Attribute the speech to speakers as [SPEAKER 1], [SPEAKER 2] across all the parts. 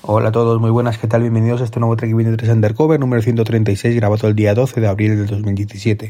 [SPEAKER 1] Hola a todos, muy buenas, ¿qué tal? Bienvenidos a este nuevo Trek 23 Undercover, número 136, grabado el día 12 de abril del 2017.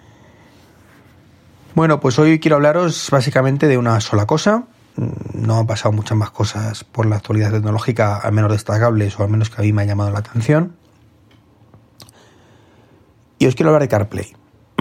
[SPEAKER 1] Bueno, pues hoy quiero hablaros básicamente de una sola cosa. No han pasado muchas más cosas por la actualidad tecnológica, al menos destacables, o al menos que a mí me ha llamado la atención. Y os quiero hablar de CarPlay.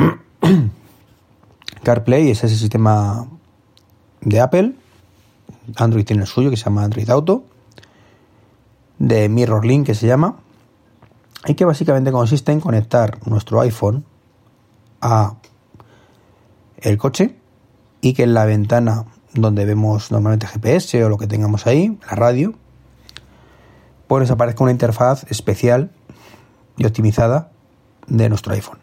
[SPEAKER 1] CarPlay es ese sistema de Apple. Android tiene el suyo, que se llama Android Auto, de MirrorLink, que se llama, y que básicamente consiste en conectar nuestro iPhone a el coche y que en la ventana donde vemos normalmente GPS o lo que tengamos ahí, la radio, pues aparezca una interfaz especial y optimizada de nuestro iPhone.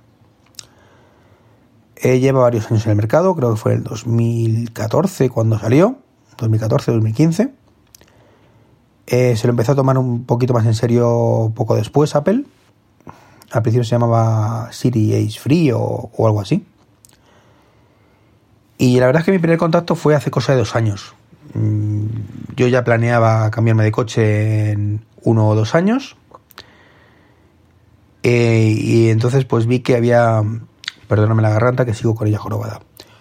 [SPEAKER 1] Lleva varios años en el mercado, creo que fue el 2014 cuando salió, 2014-2015. Se lo empezó a tomar un poquito más en serio poco después Apple. Al principio se llamaba Siri Ace Free o algo así. Y la verdad es que mi primer contacto fue hace cosa de 2 años. Yo ya planeaba cambiarme de coche en 1 o 2 años. Y entonces pues vi que había... Perdóname la garganta, que sigo con ella jorobada.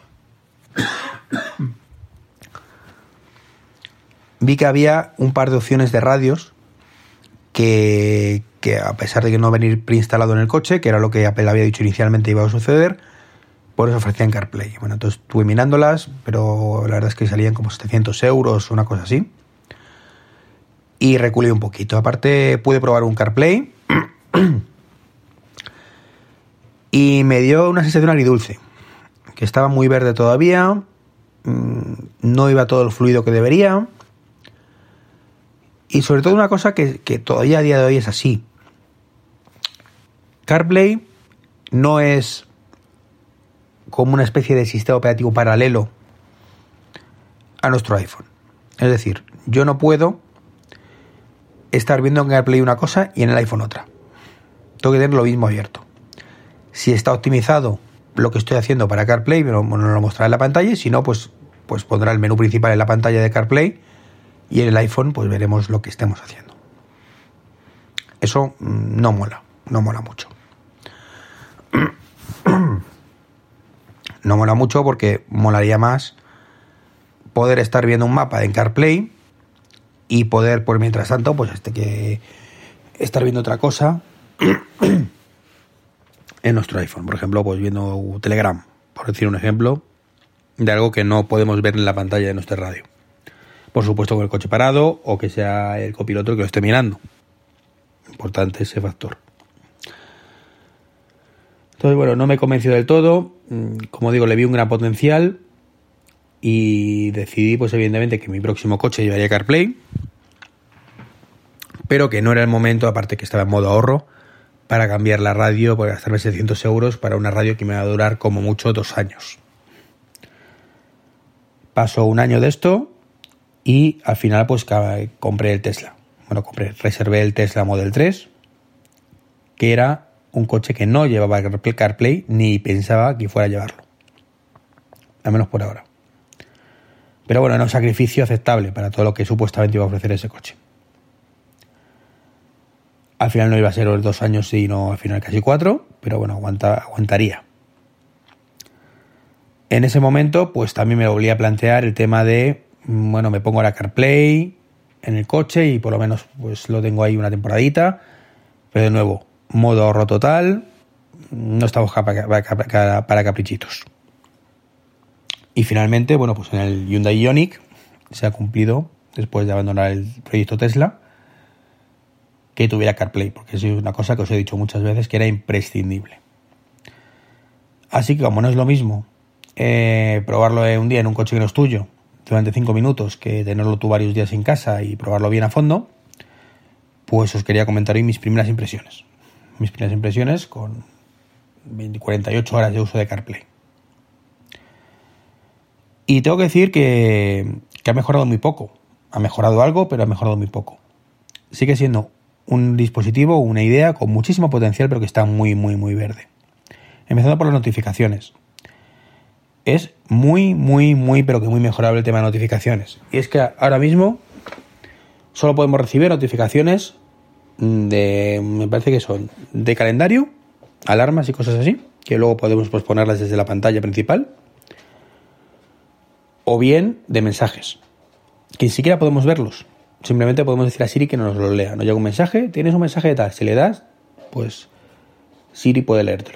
[SPEAKER 1] Vi que había un par de opciones de radios que a pesar de que no venir preinstalado en el coche, que era lo que Apple había dicho inicialmente iba a suceder, por eso ofrecían CarPlay. Bueno, entonces estuve mirándolas, pero la verdad es que salían como 700 euros, una cosa así. Y reculé un poquito. Aparte pude probar un CarPlay y me dio una sensación agridulce, que estaba muy verde todavía, no iba todo el fluido que debería. Y sobre todo una cosa que todavía a día de hoy es así. CarPlay no es como una especie de sistema operativo paralelo a nuestro iPhone. Es decir, yo no puedo estar viendo en CarPlay una cosa y en el iPhone otra. Tengo que tener lo mismo abierto. Si está optimizado lo que estoy haciendo para CarPlay, me lo mostrará en la pantalla, y si no, pues pondrá el menú principal en la pantalla de CarPlay, y en el iPhone pues veremos lo que estemos haciendo. Eso no mola mucho. No mola mucho porque molaría más poder estar viendo un mapa en CarPlay y poder, pues mientras tanto, pues que estar viendo otra cosa en nuestro iPhone. Por ejemplo, pues viendo Telegram, por decir un ejemplo de algo que no podemos ver en la pantalla de nuestra radio. Por supuesto con el coche parado o que sea el copiloto el que lo esté mirando. Importante ese factor. Entonces, bueno, no me convenció del todo. Como digo, le vi un gran potencial y decidí, pues evidentemente, que mi próximo coche llevaría CarPlay, pero que no era el momento, aparte que estaba en modo ahorro, para cambiar la radio, por gastarme 700 euros para una radio que me va a durar como mucho 2 años. Pasó 1 año de esto y al final pues compré el Tesla. Reservé el Tesla Model 3, que era un coche que no llevaba CarPlay ni pensaba que fuera a llevarlo. Al menos por ahora. Pero bueno, era un sacrificio aceptable para todo lo que supuestamente iba a ofrecer ese coche. Al final no iba a ser los 2 años, sino al final casi 4, pero bueno, aguantaría. En ese momento, pues también me volví a plantear el tema de, bueno, me pongo ahora CarPlay en el coche y por lo menos pues lo tengo ahí una temporadita, pero de nuevo, modo ahorro total, no estamos para caprichitos. Y finalmente, bueno, pues en el Hyundai Ioniq se ha cumplido, después de abandonar el proyecto Tesla, que tuviera CarPlay, porque es una cosa que os he dicho muchas veces que era imprescindible. Así que como no es lo mismo probarlo un día en un coche que no es tuyo durante 5 minutos que tenerlo tú varios días en casa y probarlo bien a fondo, pues os quería comentar hoy mis primeras impresiones. Mis primeras impresiones con 48 horas de uso de CarPlay. Y tengo que decir que ha mejorado muy poco. Ha mejorado algo, pero ha mejorado muy poco. Sigue siendo un dispositivo, una idea con muchísimo potencial, pero que está muy, muy, muy verde. Empezando por las notificaciones. Es muy, muy, muy, pero que muy mejorable el tema de notificaciones. Y es que ahora mismo solo podemos recibir notificaciones me parece que son de calendario, alarmas y cosas así, que luego podemos ponerlas desde la pantalla principal, o bien de mensajes, que ni siquiera podemos verlos. Simplemente podemos decir a Siri que nos lo lea. Nos llega un mensaje, tienes un mensaje de tal, si le das, pues Siri puede leértelo.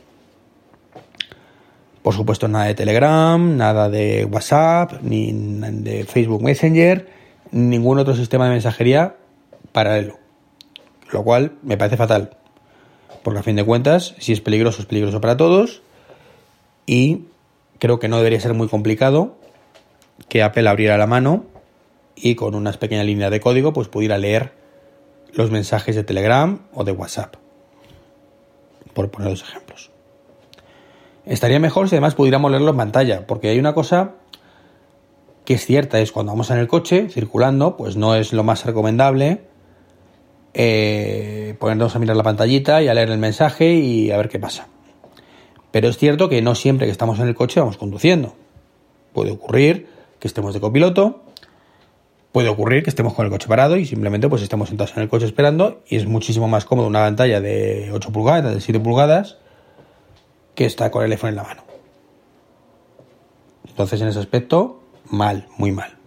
[SPEAKER 1] Por supuesto, nada de Telegram, nada de WhatsApp, ni de Facebook Messenger, ningún otro sistema de mensajería paralelo. Lo cual me parece fatal. Porque a fin de cuentas, si es peligroso para todos. Y creo que no debería ser muy complicado que Apple abriera la mano y con unas pequeñas líneas de código pues pudiera leer los mensajes de Telegram o de WhatsApp. Por poner dos ejemplos. Estaría mejor si además pudiéramos leerlo en pantalla, porque hay una cosa que es cierta, es cuando vamos en el coche circulando, pues no es lo más recomendable ponernos a mirar la pantallita y a leer el mensaje y a ver qué pasa. Pero es cierto que no siempre que estamos en el coche vamos conduciendo. Puede ocurrir que estemos de copiloto, puede ocurrir que estemos con el coche parado y simplemente pues estemos sentados en el coche esperando, y es muchísimo más cómodo una pantalla de 8 pulgadas, de 7 pulgadas, que está con el iPhone en la mano. Entonces, en ese aspecto, mal, muy mal.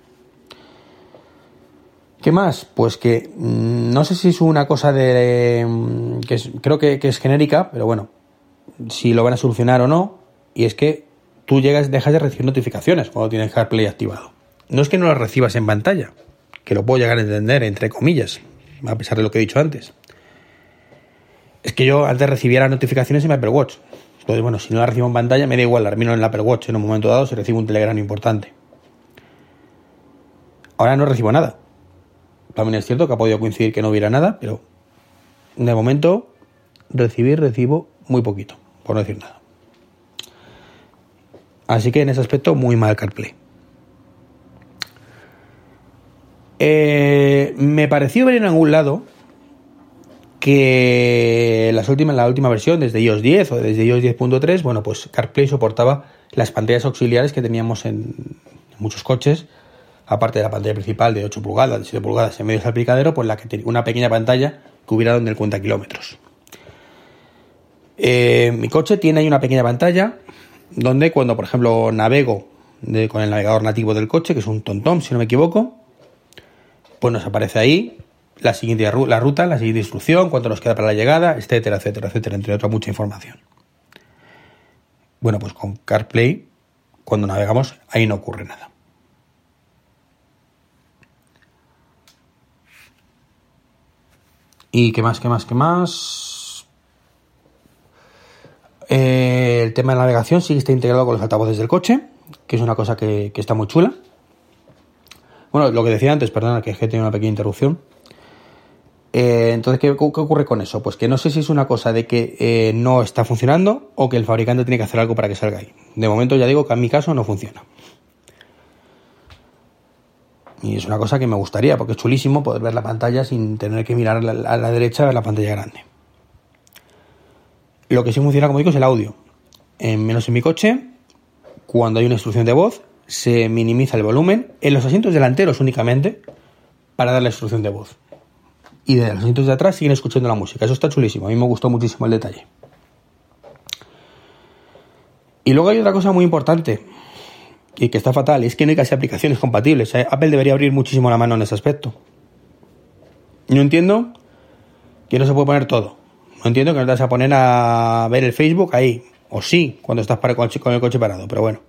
[SPEAKER 1] ¿Qué más? Pues que no sé si es una cosa creo que es genérica, pero bueno, si lo van a solucionar o no, y es que tú dejas de recibir notificaciones cuando tienes CarPlay activado. No es que no las recibas en pantalla, que lo puedo llegar a entender, entre comillas, a pesar de lo que he dicho antes. Es que yo antes recibía las notificaciones en mi Apple Watch. Entonces, bueno, si no la recibo en pantalla, me da igual, la miro en el Apple Watch en un momento dado si recibo un Telegram importante. Ahora no recibo nada. También es cierto que ha podido coincidir que no hubiera nada, pero de momento recibo muy poquito, por no decir nada. Así que en ese aspecto, muy mal CarPlay. Me pareció ver en algún lado que la última versión, desde iOS 10 o desde iOS 10.3, bueno, pues CarPlay soportaba las pantallas auxiliares que teníamos en muchos coches, aparte de la pantalla principal de 8 pulgadas, de 7 pulgadas en medio del salpicadero, pues la que tenía una pequeña pantalla que hubiera donde el cuenta kilómetros. Mi coche tiene ahí una pequeña pantalla donde cuando, por ejemplo, navego con el navegador nativo del coche, que es un TomTom, si no me equivoco, pues nos aparece ahí la ruta, la siguiente instrucción, cuánto nos queda para la llegada, etcétera, etcétera, etcétera, entre otras mucha información. Bueno, pues con CarPlay, cuando navegamos, ahí no ocurre nada. ¿Y qué más? El tema de la navegación sí está integrado con los altavoces del coche, que es una cosa que está muy chula. Bueno, lo que decía antes, perdona, que he tenido una pequeña interrupción. Entonces, ¿qué ocurre con eso? Pues que no sé si es una cosa de que no está funcionando o que el fabricante tiene que hacer algo para que salga ahí. De momento ya digo que en mi caso no funciona. Y es una cosa que me gustaría, porque es chulísimo poder ver la pantalla sin tener que mirar a la derecha a ver la pantalla grande. Lo que sí funciona, como digo, es el audio. Menos en mi coche, cuando hay una instrucción de voz, se minimiza el volumen en los asientos delanteros únicamente para dar la instrucción de voz. Y de los asientos de atrás siguen escuchando la música. Eso está chulísimo. A mí me gustó muchísimo el detalle. Y luego hay otra cosa muy importante y que está fatal, es que no hay casi aplicaciones compatibles. Apple debería abrir muchísimo la mano en ese aspecto. No entiendo que no se puede poner todo. No entiendo que no te vas a poner a ver el Facebook ahí. O sí, cuando estás con el coche parado, pero bueno.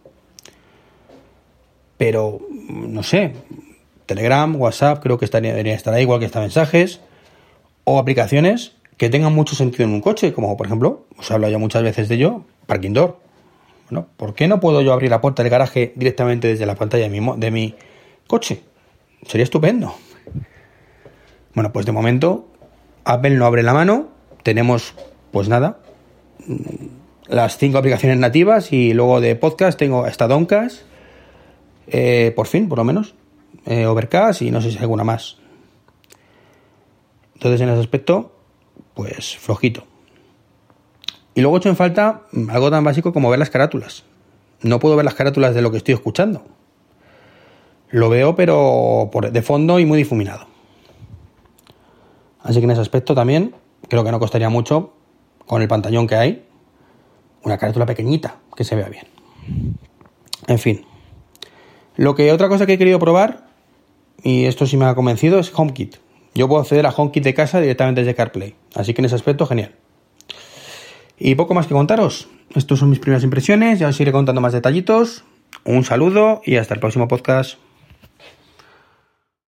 [SPEAKER 1] Pero, no sé, Telegram, WhatsApp, creo que debería estar ahí, igual que está mensajes. O aplicaciones que tengan mucho sentido en un coche, como por ejemplo, os he hablado ya muchas veces de ello, Parking Door. Bueno, ¿por qué no puedo yo abrir la puerta del garaje directamente desde la pantalla de mi coche? Sería estupendo. Bueno, pues de momento Apple no abre la mano. Tenemos, pues nada, las 5 aplicaciones nativas y luego de podcast tengo hasta Downcast, por fin, por lo menos, Overcast y no sé si hay alguna más. Entonces, en ese aspecto, pues flojito. Y luego he hecho en falta algo tan básico como ver las carátulas. No puedo ver las carátulas de lo que estoy escuchando. lo veo pero de fondo y muy difuminado. Así que en ese aspecto también creo que no costaría mucho, con el pantallón que hay, una carátula pequeñita que se vea bien. En fin. Otra cosa que he querido probar, y esto sí me ha convencido, es HomeKit. Yo puedo acceder a HomeKit de casa directamente desde CarPlay. Así que en ese aspecto, genial. Y poco más que contaros. Estos son mis primeras impresiones. Ya os iré contando más detallitos. Un saludo y hasta el próximo podcast.